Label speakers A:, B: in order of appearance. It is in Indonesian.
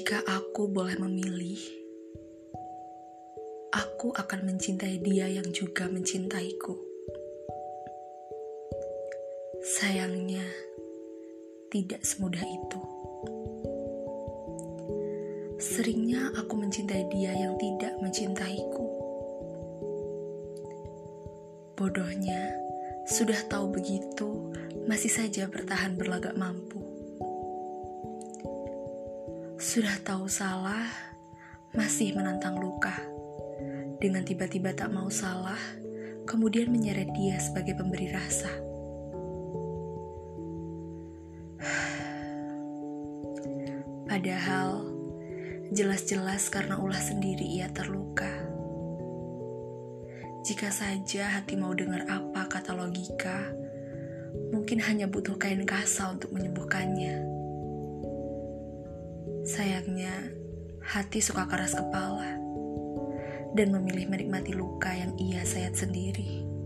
A: Jika aku boleh memilih, aku akan mencintai dia yang juga mencintaiku. Sayangnya, tidak semudah itu. Seringnya aku mencintai dia yang tidak mencintaiku. Bodohnya, sudah tahu begitu, masih saja bertahan berlagak mampu. Sudah tahu salah, masih menantang luka. Dengan tiba-tiba tak mau salah, kemudian menyeret dia sebagai pemberi rasa. Padahal, jelas-jelas karena ulah sendiri ia terluka. Jika saja hati mau dengar apa kata logika, mungkin hanya butuh kain kasa untuk menyembuhkannya. Sayangnya, hati suka keras kepala dan memilih menikmati luka yang ia sayat sendiri.